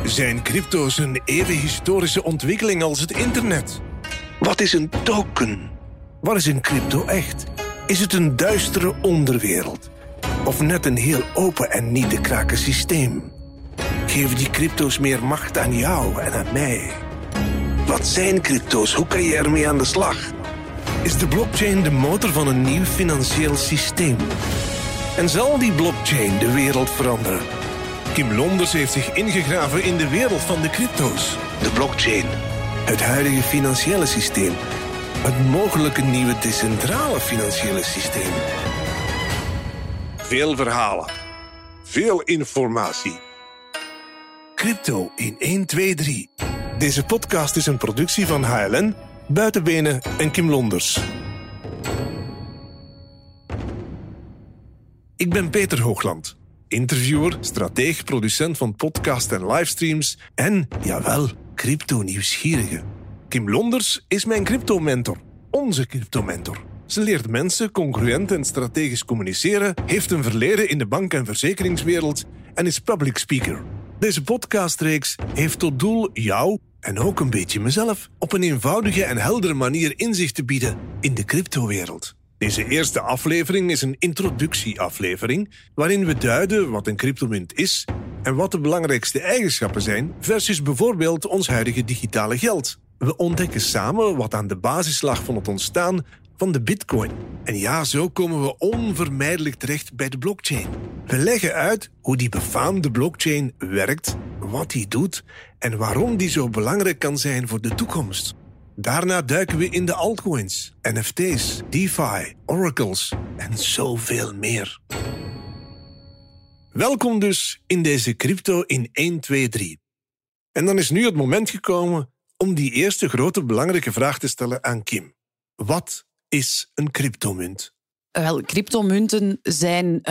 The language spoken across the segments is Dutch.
Zijn crypto's een even historische ontwikkeling als het internet? Wat is een token? Wat is een crypto echt? Is het een duistere onderwereld? Of net een heel open en niet te kraken systeem? Geven die crypto's meer macht aan jou en aan mij? Wat zijn crypto's? Hoe kan je ermee aan de slag? Is de blockchain de motor van een nieuw financieel systeem? En zal die blockchain de wereld veranderen? Kim Londers heeft zich ingegraven in de wereld van de crypto's. De blockchain, het huidige financiële systeem, het mogelijke nieuwe decentrale financiële systeem. Veel verhalen, veel informatie. Crypto in 1, 2, 3. Deze podcast is een productie van HLN, Buitenbenen en Kim Londers. Ik ben Peter Hoogland, interviewer, strateeg, producent van podcast en livestreams en, jawel, crypto-nieuwsgierige. Kim Londers is mijn crypto-mentor, onze crypto-mentor. Ze leert mensen congruent en strategisch communiceren, heeft een verleden in de bank- en verzekeringswereld en is public speaker. Deze podcastreeks heeft tot doel jou, en ook een beetje mezelf, op een eenvoudige en heldere manier inzicht te bieden in de cryptowereld. Deze eerste aflevering is een introductieaflevering waarin we duiden wat een cryptomunt is en wat de belangrijkste eigenschappen zijn versus bijvoorbeeld ons huidige digitale geld. We ontdekken samen wat aan de basis lag van het ontstaan van de bitcoin. En ja, zo komen we onvermijdelijk terecht bij de blockchain. We leggen uit hoe die befaamde blockchain werkt, wat die doet en waarom die zo belangrijk kan zijn voor de toekomst. Daarna duiken we in de altcoins, NFT's, DeFi, oracles en zoveel meer. Welkom dus in deze crypto in 1, 2, 3. En dan is nu het moment gekomen om die eerste grote belangrijke vraag te stellen aan Kim. Wat is een cryptomunt? Wel, cryptomunten zijn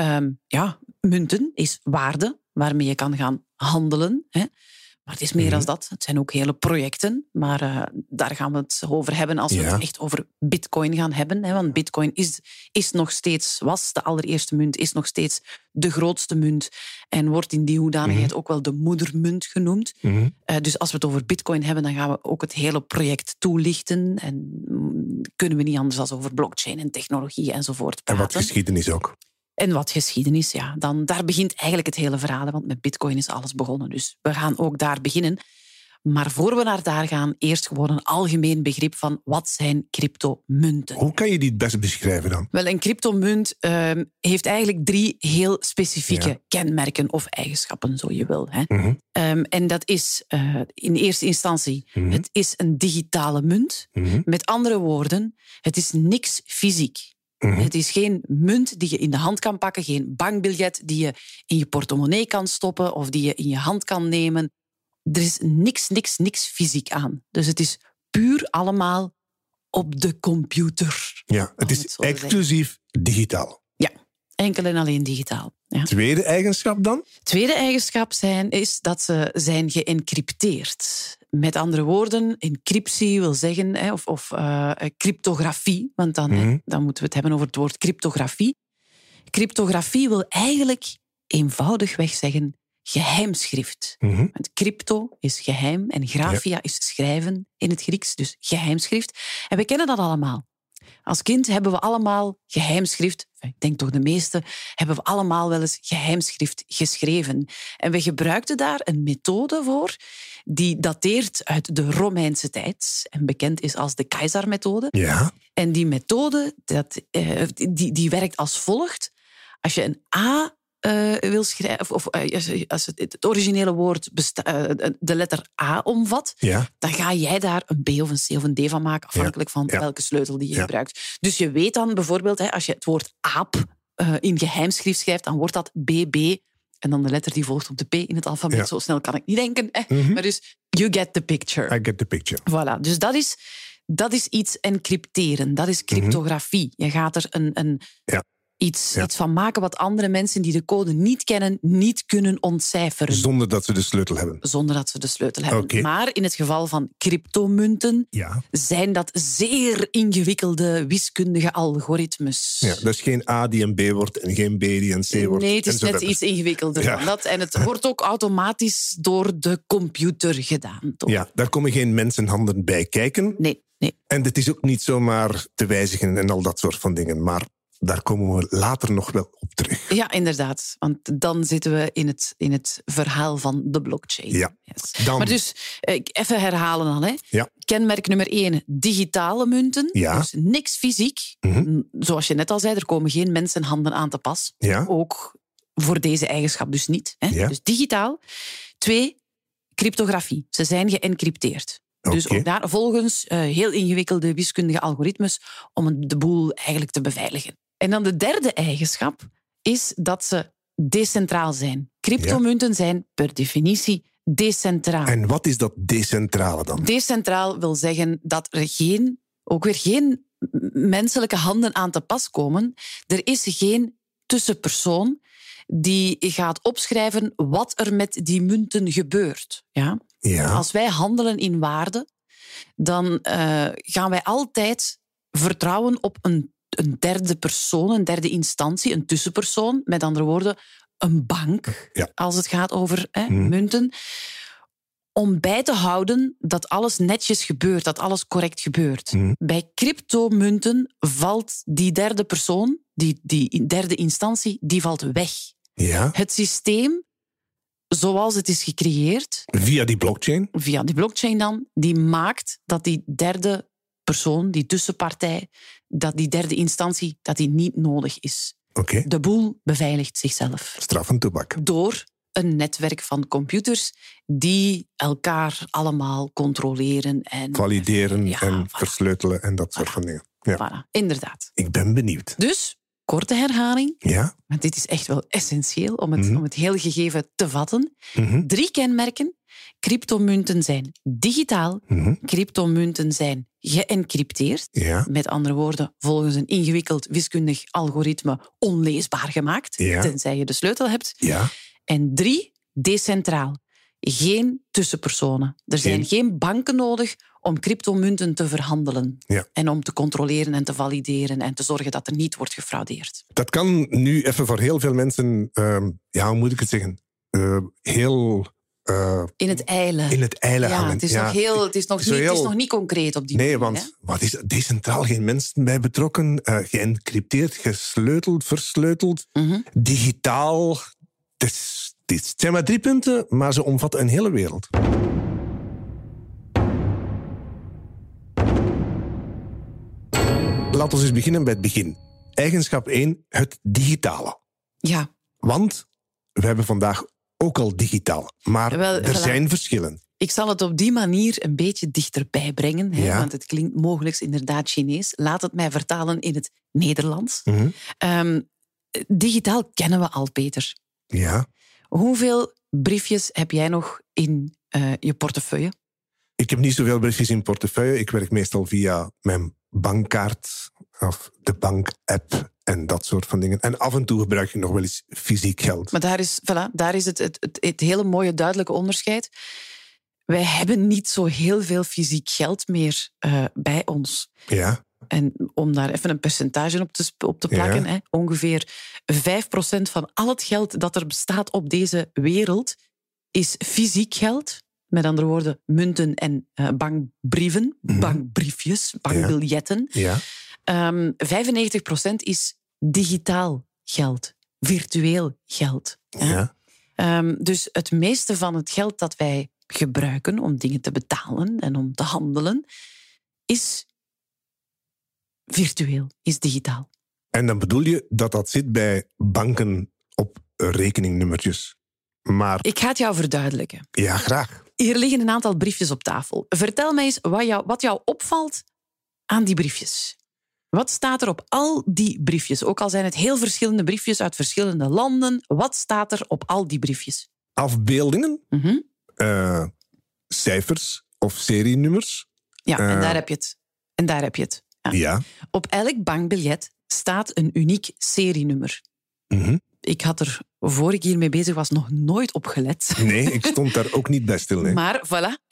munten, is waarde waarmee je kan gaan handelen. Hè. Maar het is meer dan dat. Het zijn ook hele projecten. Maar daar gaan we het over hebben als we het echt over bitcoin gaan hebben. Hè. Want bitcoin is nog steeds, was de allereerste munt, is nog steeds de grootste munt. En wordt in die hoedanigheid ook wel de moedermunt genoemd. Dus als we het over bitcoin hebben, dan gaan we ook het hele project toelichten. En kunnen we niet anders dan over blockchain en technologie enzovoort praten. En wat geschiedenis ook. En wat geschiedenis, ja. Daar begint eigenlijk het hele verhaal, want met bitcoin is alles begonnen. Dus we gaan ook daar beginnen. Maar voor we naar daar gaan, eerst gewoon een algemeen begrip van wat zijn cryptomunten. Hoe kan je die het best beschrijven dan? Wel, een cryptomunt heeft eigenlijk 3 heel specifieke kenmerken of eigenschappen, zo je wil. Hè. En dat is in eerste instantie, het is een digitale munt. Met andere woorden, het is niks fysiek. Het is geen munt die je in de hand kan pakken, geen bankbiljet die je in je portemonnee kan stoppen of die je in je hand kan nemen. Er is niks fysiek aan. Dus het is puur allemaal op de computer. Ja, het is exclusief digitaal. Ja, enkel en alleen digitaal. Ja. Tweede eigenschap dan? Tweede eigenschap is dat ze zijn geëncrypteerd. Met andere woorden, encryptie wil zeggen, of cryptografie, want dan moeten we het hebben over het woord cryptografie. Cryptografie wil eigenlijk eenvoudigweg zeggen geheimschrift. Want crypto is geheim en graphia is schrijven in het Grieks, dus geheimschrift. En we kennen dat allemaal. Als kind hebben we allemaal geheimschrift, ik denk toch de meeste, hebben we allemaal wel eens geheimschrift geschreven. En we gebruikten daar een methode voor die dateert uit de Romeinse tijd en bekend is als de Keizer-methode. Ja. En die methode die werkt als volgt. Als je een A wil schrijven, of als het originele woord de letter A omvat, dan ga jij daar een B of een C of een D van maken, afhankelijk van welke sleutel die je gebruikt. Dus je weet dan bijvoorbeeld, als je het woord aap in geheimschrift schrijft, dan wordt dat BB en dan de letter die volgt op de P in het alfabet. Ja. Zo snel kan ik niet denken. Maar dus, you get the picture. I get the picture. Voilà, dus dat is iets encrypteren. Dat is cryptografie. Je gaat er Iets van maken wat andere mensen die de code niet kennen, niet kunnen ontcijferen. Zonder dat ze de sleutel hebben. Zonder dat ze de sleutel hebben. Okay. Maar in het geval van cryptomunten zijn dat zeer ingewikkelde wiskundige algoritmes. Ja, dat is geen A die een B wordt en geen B die een C wordt. Nee, het is net iets ingewikkelder dan dat. En het wordt ook automatisch door de computer gedaan. Toch? Ja, daar komen geen mensenhanden bij kijken. Nee. En het is ook niet zomaar te wijzigen en al dat soort van dingen. Maar daar komen we later nog wel op terug. Ja, inderdaad. Want dan zitten we in het verhaal van de blockchain. Ja. Yes. Dan. Maar dus, even herhalen dan. Hè. Ja. Kenmerk nummer 1, digitale munten. Ja. Dus niks fysiek. Zoals je net al zei, er komen geen mensenhanden aan te pas. Ja. Ook voor deze eigenschap dus niet. Hè. Ja. Dus digitaal. 2, cryptografie. Ze zijn geëncrypteerd. Dus ook daar volgens heel ingewikkelde wiskundige algoritmes om de boel eigenlijk te beveiligen. En dan de derde eigenschap is dat ze decentraal zijn. Cryptomunten zijn per definitie decentraal. En wat is dat decentrale dan? Decentraal wil zeggen dat er geen menselijke handen aan te pas komen. Er is geen tussenpersoon die gaat opschrijven wat er met die munten gebeurt. Ja? Ja. Als wij handelen in waarde, dan gaan wij altijd vertrouwen op een derde persoon, een derde instantie, een tussenpersoon. Met andere woorden, een bank, als het gaat over munten. Om bij te houden dat alles netjes gebeurt, dat alles correct gebeurt. Bij cryptomunten valt die derde persoon, die derde instantie, die valt weg. Ja. Het systeem, zoals het is gecreëerd... Via die blockchain? Via die blockchain dan, die maakt dat die derde persoon, die tussenpartij, dat die derde instantie, dat die niet nodig is. Okay. De boel beveiligt zichzelf. Straf en toebak. Door een netwerk van computers die elkaar allemaal controleren en... valideren en versleutelen en dat soort van dingen. Ja. Voilà, inderdaad. Ik ben benieuwd. Dus, korte herhaling. Ja. Want dit is echt wel essentieel om het hele gegeven te vatten. 3 kenmerken. Cryptomunten zijn digitaal. Cryptomunten zijn geëncrypteerd. Ja. Met andere woorden, volgens een ingewikkeld wiskundig algoritme onleesbaar gemaakt. Ja. Tenzij je de sleutel hebt. Ja. En 3, decentraal. Geen tussenpersonen. Er zijn geen banken nodig om cryptomunten te verhandelen. Ja. En om te controleren en te valideren en te zorgen dat er niet wordt gefraudeerd. Dat kan nu even voor heel veel mensen, hoe moet ik het zeggen, heel... in het eilen. In het eilen hangen. Het is nog het is nog niet concreet op die manier. Nee, want wat is decentraal? Geen mensen bij betrokken. Geëncrypteerd, gesleuteld, versleuteld. Digitaal. Het zijn maar 3 punten, maar ze omvatten een hele wereld. Laten we eens beginnen bij het begin. Eigenschap 1, het digitale. Ja. Want we hebben vandaag ook al digitaal. Maar er zijn verschillen. Ik zal het op die manier een beetje dichterbij brengen. Hè, want het klinkt mogelijk inderdaad Chinees. Laat het mij vertalen in het Nederlands. Digitaal kennen we al, Peter. Ja. Hoeveel briefjes heb jij nog in je portefeuille? Ik heb niet zoveel briefjes in portefeuille. Ik werk meestal via mijn bankkaart of de bank-app en dat soort van dingen. En af en toe gebruik ik nog wel eens fysiek geld. Maar daar is het hele mooie duidelijke onderscheid. Wij hebben niet zo heel veel fysiek geld meer bij ons. Ja. En om daar even een percentage op te plakken, hè, ongeveer 5% van al het geld dat er bestaat op deze wereld is fysiek geld. Met andere woorden, munten en bankbrieven, bankbriefjes, bankbiljetten. Ja. 95% is digitaal geld, virtueel geld. Ja. Dus het meeste van het geld dat wij gebruiken om dingen te betalen en om te handelen, is virtueel, is digitaal. En dan bedoel je dat zit bij banken op rekeningnummertjes. Maar... Ik ga het jou verduidelijken. Ja, graag. Hier liggen een aantal briefjes op tafel. Vertel mij eens wat jou opvalt aan die briefjes. Wat staat er op al die briefjes? Ook al zijn het heel verschillende briefjes uit verschillende landen. Wat staat er op al die briefjes? Afbeeldingen, cijfers of serienummers. Ja, en daar heb je het. Ja. Ja. Op elk bankbiljet staat een uniek serienummer. Mm-hmm. Ik had er, voor ik hiermee bezig was, nog nooit op gelet. Nee, ik stond daar ook niet bij stil. Nee. Maar voilà,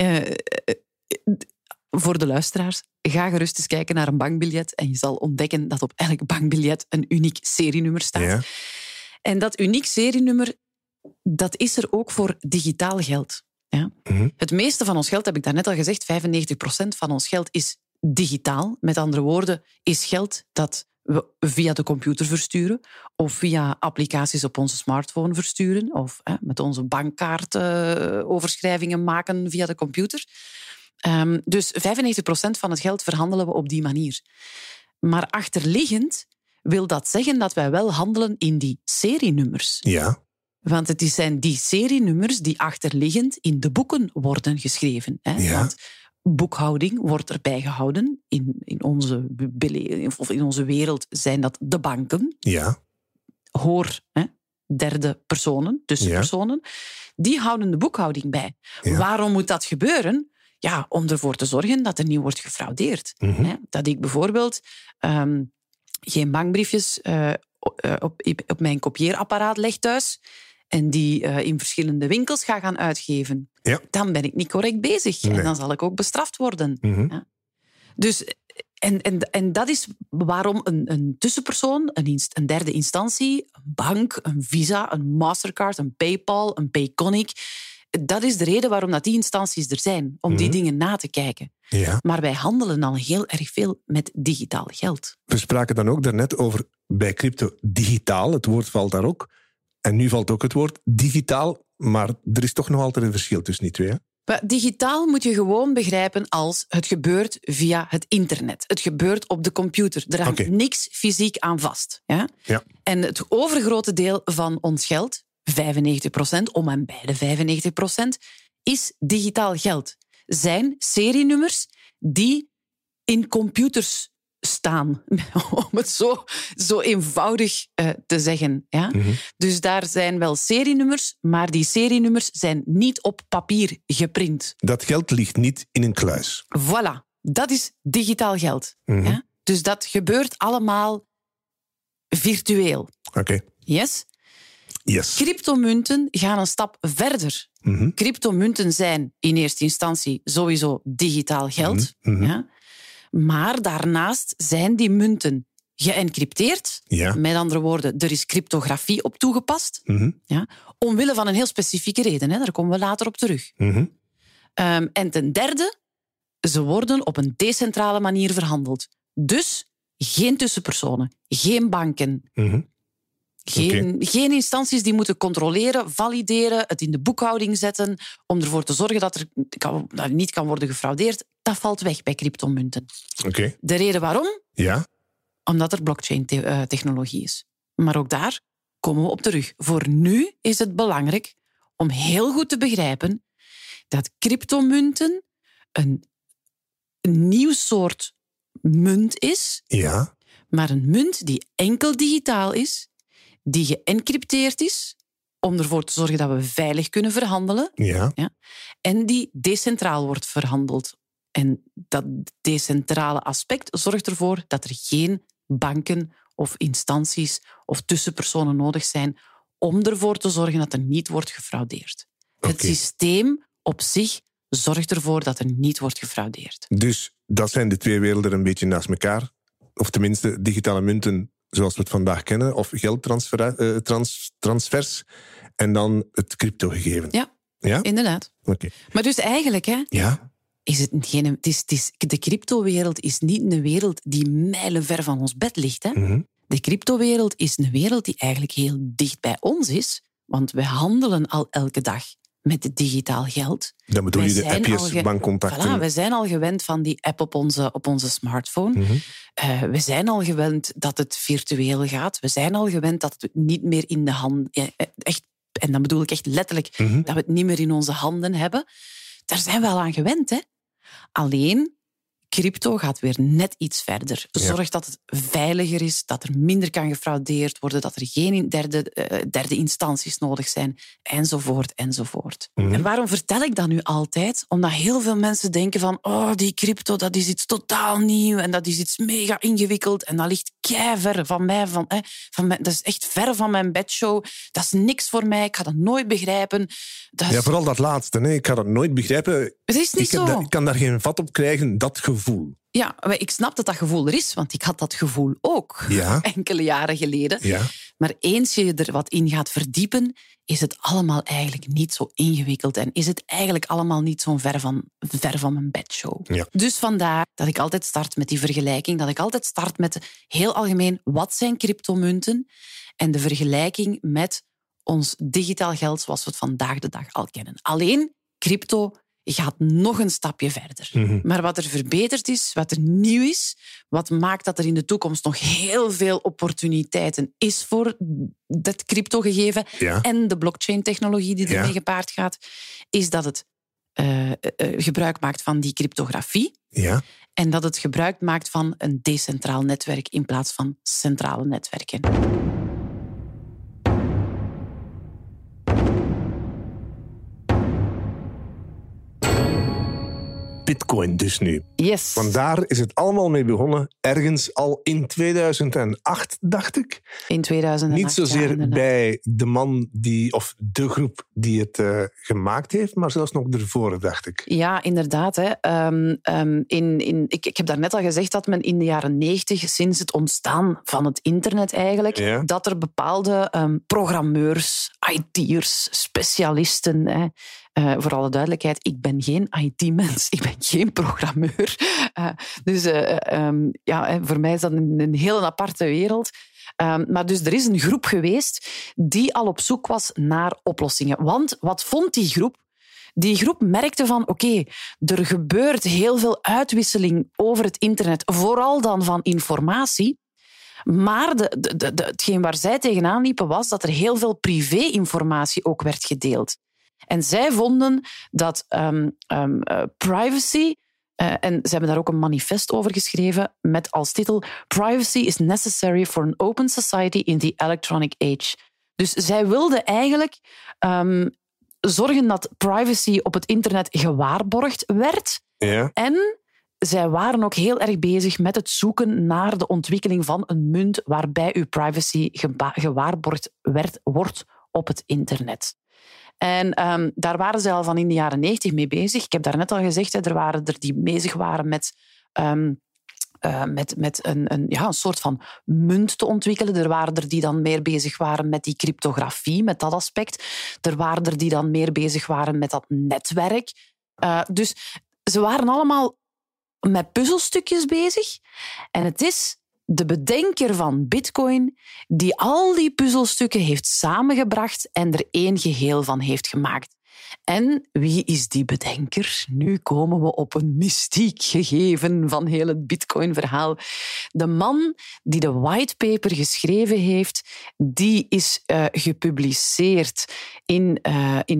voor de luisteraars, ga gerust eens kijken naar een bankbiljet en je zal ontdekken dat op elk bankbiljet een uniek serienummer staat. Ja. En dat uniek serienummer, dat is er ook voor digitaal geld. Ja? Mm-hmm. Het meeste van ons geld, heb ik daarnet al gezegd, 95% van ons geld is digitaal. Met andere woorden, is geld dat we via de computer versturen of via applicaties op onze smartphone versturen of met onze bankkaart overschrijvingen maken via de computer. Dus 95% van het geld verhandelen we op die manier. Maar achterliggend wil dat zeggen dat wij wel handelen in die serienummers. Ja. Want het zijn die serienummers die achterliggend in de boeken worden geschreven. Hè? Ja. Want boekhouding wordt erbij gehouden. In onze wereld zijn dat de banken. Ja. Hoor, derde personen, tussenpersonen. Ja. Die houden de boekhouding bij. Ja. Waarom moet dat gebeuren? Ja, om ervoor te zorgen dat er niet wordt gefraudeerd. Mm-hmm. Dat ik bijvoorbeeld geen bankbriefjes op mijn kopieerapparaat leg thuis en die in verschillende winkels ga gaan uitgeven. Ja. Dan ben ik niet correct bezig. Nee. En dan zal ik ook bestraft worden. Mm-hmm. Ja. Dus, en dat is waarom een tussenpersoon, een derde instantie, een bank, een Visa, een Mastercard, een PayPal, een Payconic, dat is de reden waarom dat die instanties er zijn, om die dingen na te kijken. Ja. Maar wij handelen al heel erg veel met digitaal geld. We spraken dan ook daarnet over bij crypto digitaal. Het woord valt daar ook. En nu valt ook het woord digitaal. Maar er is toch nog altijd een verschil tussen die twee. Hè? Maar digitaal moet je gewoon begrijpen als het gebeurt via het internet. Het gebeurt op de computer. Er hangt niks fysiek aan vast. Ja? Ja. En het overgrote deel van ons geld, 95%, om en bij de 95%, is digitaal geld. Zijn serienummers die in computers staan. Om het zo eenvoudig te zeggen. Ja? Mm-hmm. Dus daar zijn wel serienummers, maar die serienummers zijn niet op papier geprint. Dat geld ligt niet in een kluis. Voilà, dat is digitaal geld. Mm-hmm. Ja? Dus dat gebeurt allemaal virtueel. Oké. Yes? Yes. Cryptomunten gaan een stap verder. Mm-hmm. Cryptomunten zijn in eerste instantie sowieso digitaal geld. Mm-hmm. Ja? Maar daarnaast zijn die munten geëncrypteerd. Ja. Met andere woorden, er is cryptografie op toegepast. Mm-hmm. Ja? Omwille van een heel specifieke reden. Hè? Daar komen we later op terug. Mm-hmm. En ten derde, ze worden op een decentrale manier verhandeld. Dus geen tussenpersonen, geen banken. Mm-hmm. Geen instanties die moeten controleren, valideren, het in de boekhouding zetten, om ervoor te zorgen dat er niet kan worden gefraudeerd. Dat valt weg bij cryptomunten. Okay. De reden waarom? Ja. Omdat er blockchain-technologie is. Maar ook daar komen we op terug. Voor nu is het belangrijk om heel goed te begrijpen dat cryptomunten een nieuw soort munt is, Ja. maar een munt die enkel digitaal is, die geëncrypteerd is, om ervoor te zorgen dat we veilig kunnen verhandelen. Ja. Ja, en die decentraal wordt verhandeld. En dat decentrale aspect zorgt ervoor dat er geen banken of instanties of tussenpersonen nodig zijn om ervoor te zorgen dat er niet wordt gefraudeerd. Het systeem op zich zorgt ervoor dat er niet wordt gefraudeerd. Dus dat zijn de twee werelden een beetje naast elkaar. Of tenminste digitale munten zoals we het vandaag kennen, of geldtransfers en dan het cryptogegeven. Ja, inderdaad. Okay. Maar dus eigenlijk, hè, is het geen, de cryptowereld is niet een wereld die mijlenver van ons bed ligt. Hè. Mm-hmm. De cryptowereld is een wereld die eigenlijk heel dicht bij ons is, want wij handelen al elke dag met digitaal geld. Dan bedoel je de appjes, bankcontacten. Voilà, we zijn al gewend van die app op onze smartphone. Mm-hmm. We zijn al gewend dat het virtueel gaat. We zijn al gewend dat het niet meer in de hand... Echt, en dan bedoel ik echt letterlijk dat we het niet meer in onze handen hebben. Daar zijn we al aan gewend. Hè? Alleen, Crypto gaat weer net iets verder. Zorgt dat het veiliger is, dat er minder kan gefraudeerd worden, dat er geen derde instanties nodig zijn, enzovoort, enzovoort. En waarom vertel ik dat nu altijd? Omdat heel veel mensen denken van die crypto, dat is iets totaal nieuw en dat is iets mega ingewikkeld en dat ligt keiver van mij. Dat is echt ver van mijn bedshow. Dat is niks voor mij, ik ga dat nooit begrijpen. Ja, vooral dat laatste. Nee. Ik ga dat nooit begrijpen. Het is niet zo. Ik kan daar geen vat op krijgen, dat gevoel. Ja, maar ik snap dat dat gevoel er is, want ik had dat gevoel ook enkele jaren geleden. Ja. Maar eens je er wat in gaat verdiepen, is het allemaal eigenlijk niet zo ingewikkeld en is het eigenlijk allemaal niet zo ver van mijn bedshow. Ja. Dus vandaar dat ik altijd start met die vergelijking, dat ik altijd start met heel algemeen, wat zijn cryptomunten? En de vergelijking met ons digitaal geld zoals we het vandaag de dag al kennen. Alleen, crypto gaat nog een stapje verder. Maar wat er verbeterd is, wat er nieuw is, wat maakt dat er in de toekomst nog heel veel opportuniteiten is voor dat cryptogegeven en de blockchain-technologie die ermee gepaard gaat, is dat het gebruik maakt van die cryptografie en dat het gebruik maakt van een decentraal netwerk in plaats van centrale netwerken. Bitcoin dus nu. Yes. Want daar is het allemaal mee begonnen. Ergens al in 2008, dacht ik. In 2008, niet zozeer bij de man of de groep die het gemaakt heeft, maar zelfs nog ervoor, dacht ik. Ja, inderdaad. Hè. Ik heb daarnet al gezegd dat men in de jaren 90, sinds het ontstaan van het internet eigenlijk, dat er bepaalde programmeurs, IT'ers, specialisten... voor alle duidelijkheid, ik ben geen IT-mens, ik ben geen programmeur. Voor mij is dat een heel aparte wereld. Maar dus er is een groep geweest die al op zoek was naar oplossingen. Want wat vond die groep? Die groep merkte van, oké, er gebeurt heel veel uitwisseling over het internet, vooral dan van informatie. Maar hetgeen waar zij tegenaan liepen was dat er heel veel privé-informatie ook werd gedeeld. En zij vonden dat privacy, en ze hebben daar ook een manifest over geschreven met als titel Privacy is necessary for an open society in the electronic age. Dus zij wilden eigenlijk zorgen dat privacy op het internet gewaarborgd werd. Ja. En zij waren ook heel erg bezig met het zoeken naar de ontwikkeling van een munt waarbij uw privacy gewaarborgd wordt op het internet. En daar waren ze al van in de jaren 90 mee bezig. Ik heb daarnet al gezegd, er waren er die bezig waren met een soort van munt te ontwikkelen. Er waren er die dan meer bezig waren met die cryptografie, met dat aspect. Er waren er die dan meer bezig waren met dat netwerk. Dus ze waren allemaal met puzzelstukjes bezig. En het is de bedenker van Bitcoin die al die puzzelstukken heeft samengebracht en er één geheel van heeft gemaakt. En wie is die bedenker? Nu komen we op een mystiek gegeven van heel het Bitcoin-verhaal. De man die de whitepaper geschreven heeft, die is gepubliceerd in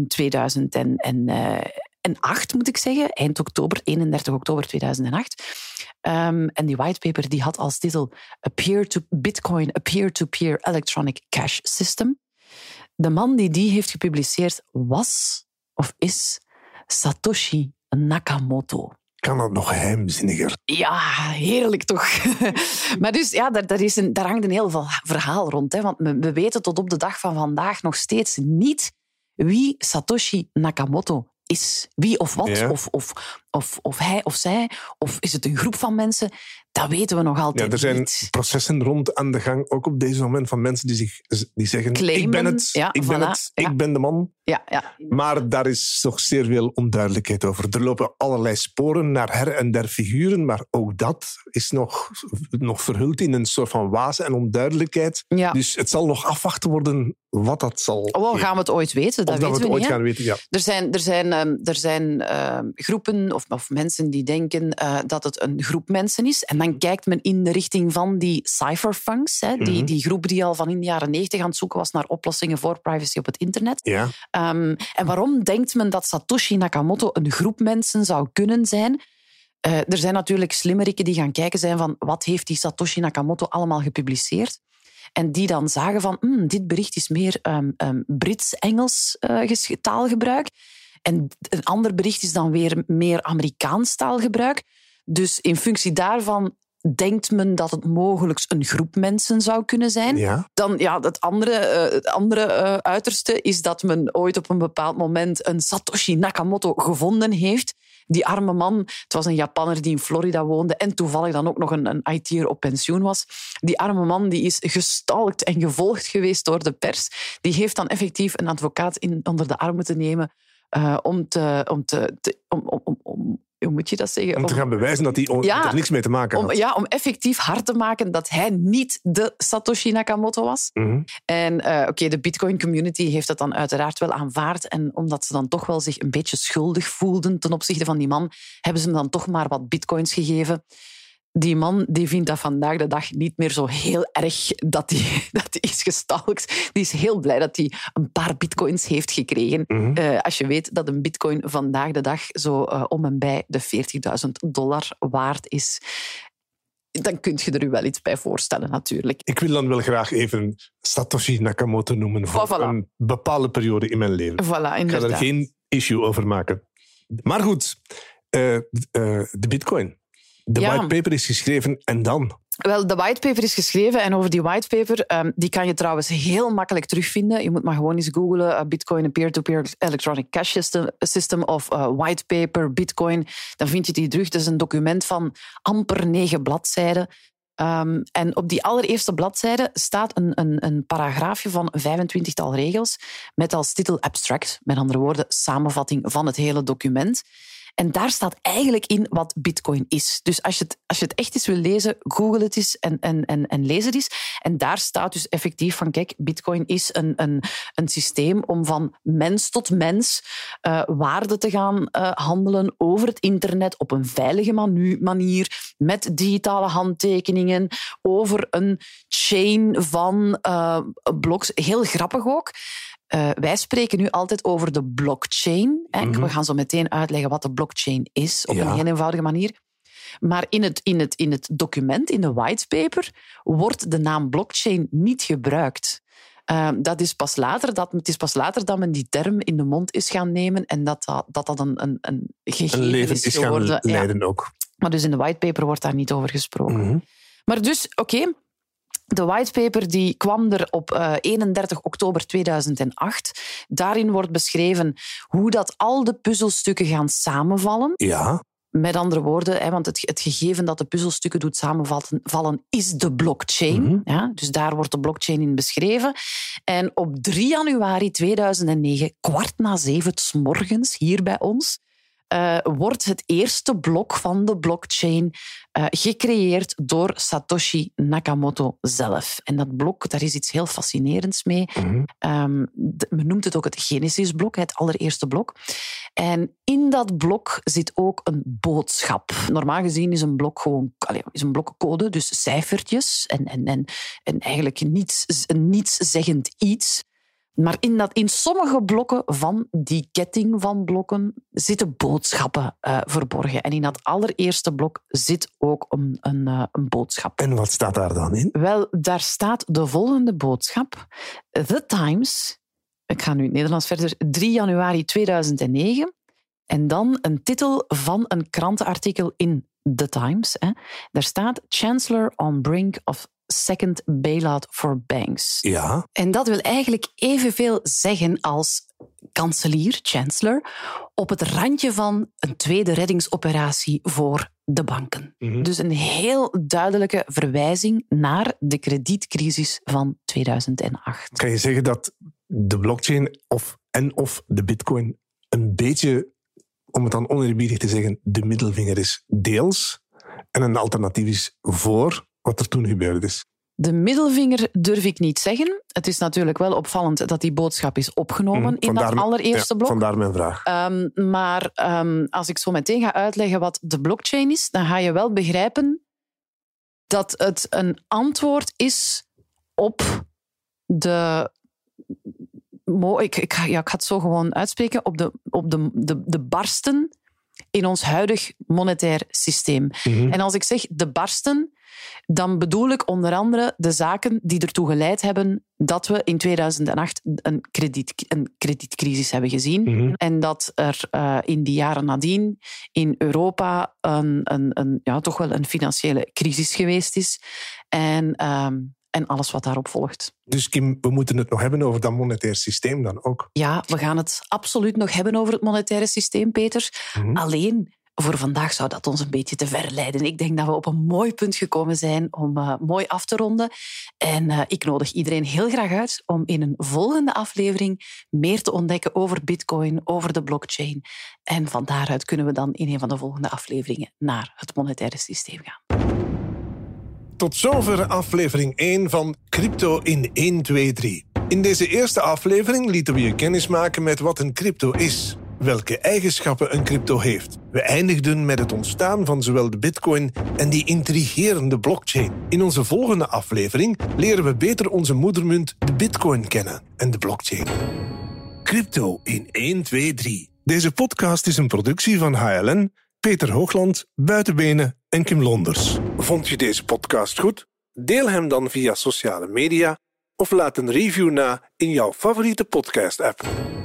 2008, moet ik zeggen. Eind oktober, 31 oktober 2008. En die whitepaper die had als titel Bitcoin, a peer-to-peer electronic cash system. De man die heeft gepubliceerd was of is Satoshi Nakamoto. Kan dat nog geheimzinniger? Ja, heerlijk toch. Maar dus, ja, daar hangt een heel verhaal rond. Hè, want we weten tot op de dag van vandaag nog steeds niet wie Satoshi Nakamoto is. Wie of wat, ja. of hij of zij, of is het een groep van mensen? Dat weten we nog altijd niet. Er zijn processen rond aan de gang, ook op deze moment, van mensen die zeggen claimen, ik ben het, ja, ik ben de man. Ja, ja. Maar daar is toch zeer veel onduidelijkheid over. Er lopen allerlei sporen naar her en der figuren, maar ook dat is nog verhuld in een soort van waas en onduidelijkheid. Ja. Dus het zal nog afwachten worden wat dat zal... gaan we het ooit weten? Dat weten we niet. Ooit gaan weten, ja. Er zijn groepen of mensen die denken dat het een groep mensen is. En dan kijkt men in de richting van die cypherpunks, die groep die al van in de jaren 90 aan het zoeken was naar oplossingen voor privacy op het internet. Ja. En waarom denkt men dat Satoshi Nakamoto een groep mensen zou kunnen zijn? Er zijn natuurlijk slimmerikken die gaan kijken zijn van wat heeft die Satoshi Nakamoto allemaal gepubliceerd. En die dan zagen van dit bericht is meer Brits-Engels taalgebruik. En een ander bericht is dan weer meer Amerikaans taalgebruik. Dus in functie daarvan denkt men dat het mogelijk een groep mensen zou kunnen zijn. Ja. Dan het andere uiterste is dat men ooit op een bepaald moment een Satoshi Nakamoto gevonden heeft. Die arme man, het was een Japanner die in Florida woonde en toevallig dan ook nog een IT'er op pensioen was. Die arme man die is gestalkt en gevolgd geweest door de pers. Die heeft dan effectief een advocaat onder de arm moeten nemen hoe moet je dat zeggen? Om te gaan bewijzen dat hij er niks mee te maken had. Om effectief hard te maken dat hij niet de Satoshi Nakamoto was. Mm-hmm. En de Bitcoin-community heeft dat dan uiteraard wel aanvaard. En omdat ze dan toch wel zich een beetje schuldig voelden ten opzichte van die man, hebben ze hem dan toch maar wat bitcoins gegeven. Die man die vindt dat vandaag de dag niet meer zo heel erg dat hij is gestalkt. Die is heel blij dat hij een paar bitcoins heeft gekregen. Mm-hmm. Als je weet dat een bitcoin vandaag de dag zo om en bij de $40.000 waard is, dan kun je er u wel iets bij voorstellen, natuurlijk. Ik wil dan wel graag even Satoshi Nakamoto noemen voor een bepaalde periode in mijn leven. Voilà, ik ga er geen issue over maken. Maar goed, de bitcoin. De whitepaper is geschreven en dan? Wel, de whitepaper is geschreven en over die whitepaper, die kan je trouwens heel makkelijk terugvinden. Je moet maar gewoon eens googlen Bitcoin, een peer-to-peer electronic cash system of whitepaper, Bitcoin. Dan vind je die terug. Het is een document van amper 9 bladzijden. En op die allereerste bladzijde staat een paragraafje van 25-tal regels met als titel abstract, met andere woorden samenvatting van het hele document. En daar staat eigenlijk in wat Bitcoin is. Dus als je het echt eens wil lezen, google het eens en lees het eens. En daar staat dus effectief van, kijk, Bitcoin is een systeem om van mens tot mens waarde te gaan handelen over het internet op een veilige manier, met digitale handtekeningen, over een chain van bloks. Heel grappig ook. Wij spreken nu altijd over de blockchain. Mm-hmm. We gaan zo meteen uitleggen wat de blockchain is, op een heel eenvoudige manier. Maar in het document, in de whitepaper, wordt de naam blockchain niet gebruikt. Het is pas later dat men die term in de mond is gaan nemen en dat een gegeven leven is geworden. Gaan leiden ook. Maar dus in de whitepaper wordt daar niet over gesproken. Mm-hmm. Maar dus, de whitepaper die kwam er op 31 oktober 2008. Daarin wordt beschreven hoe dat al de puzzelstukken gaan samenvallen. Ja. Met andere woorden, want het gegeven dat de puzzelstukken doet samenvallen is de blockchain. Mm-hmm. Ja, dus daar wordt de blockchain in beschreven. En op 3 januari 2009, 6:15 's morgens, hier bij ons, wordt het eerste blok van de blockchain gecreëerd door Satoshi Nakamoto zelf. En dat blok, daar is iets heel fascinerends mee. Mm-hmm. Men noemt het ook het Genesis-blok, het allereerste blok. En in dat blok zit ook een boodschap. Normaal gezien is een blok gewoon een blokcode, dus cijfertjes en eigenlijk nietszeggend iets. Maar in sommige blokken van die ketting van blokken zitten boodschappen verborgen. En in dat allereerste blok zit ook een boodschap. En wat staat daar dan in? Wel, daar staat de volgende boodschap. The Times, ik ga nu in het Nederlands verder, 3 januari 2009. En dan een titel van een krantenartikel in The Times. Daar staat Chancellor on brink of second bailout for banks. Ja. En dat wil eigenlijk evenveel zeggen als kanselier, chancellor, op het randje van een tweede reddingsoperatie voor de banken. Mm-hmm. Dus een heel duidelijke verwijzing naar de kredietcrisis van 2008. Kan je zeggen dat de blockchain of de bitcoin een beetje, om het dan oneerbiedig te zeggen, de middelvinger is deels en een alternatief is voor wat er toen gebeurd is? De middelvinger durf ik niet zeggen. Het is natuurlijk wel opvallend dat die boodschap is opgenomen in dat allereerste blok. Vandaar mijn vraag. Maar als ik zo meteen ga uitleggen wat de blockchain is, dan ga je wel begrijpen dat het een antwoord is op de... Ik ga het zo gewoon uitspreken. Op de barsten in ons huidig monetair systeem. En als ik zeg de barsten, dan bedoel ik onder andere de zaken die ertoe geleid hebben dat we in 2008 een kredietcrisis hebben gezien. En dat er in die jaren nadien in Europa toch wel een financiële crisis geweest is. En alles wat daarop volgt. Dus Kim, we moeten het nog hebben over dat monetair systeem dan ook? Ja, we gaan het absoluut nog hebben over het monetaire systeem, Peter. Alleen, voor vandaag zou dat ons een beetje te ver leiden. Ik denk dat we op een mooi punt gekomen zijn om mooi af te ronden. En ik nodig iedereen heel graag uit om in een volgende aflevering meer te ontdekken over Bitcoin, over de blockchain. En van daaruit kunnen we dan in een van de volgende afleveringen naar het monetaire systeem gaan. Tot zover aflevering 1 van Crypto in 1, 2, 3. In deze eerste aflevering lieten we je kennis maken met wat een crypto is, welke eigenschappen een crypto heeft. We eindigden met het ontstaan van zowel de bitcoin en die intrigerende blockchain. In onze volgende aflevering leren we beter onze moedermunt, de bitcoin, kennen en de blockchain. Crypto in 1, 2, 3. Deze podcast is een productie van HLN, Peter Hoogland, Buitenbenen en Kim Londers. Vond je deze podcast goed? Deel hem dan via sociale media of laat een review na in jouw favoriete podcast-app.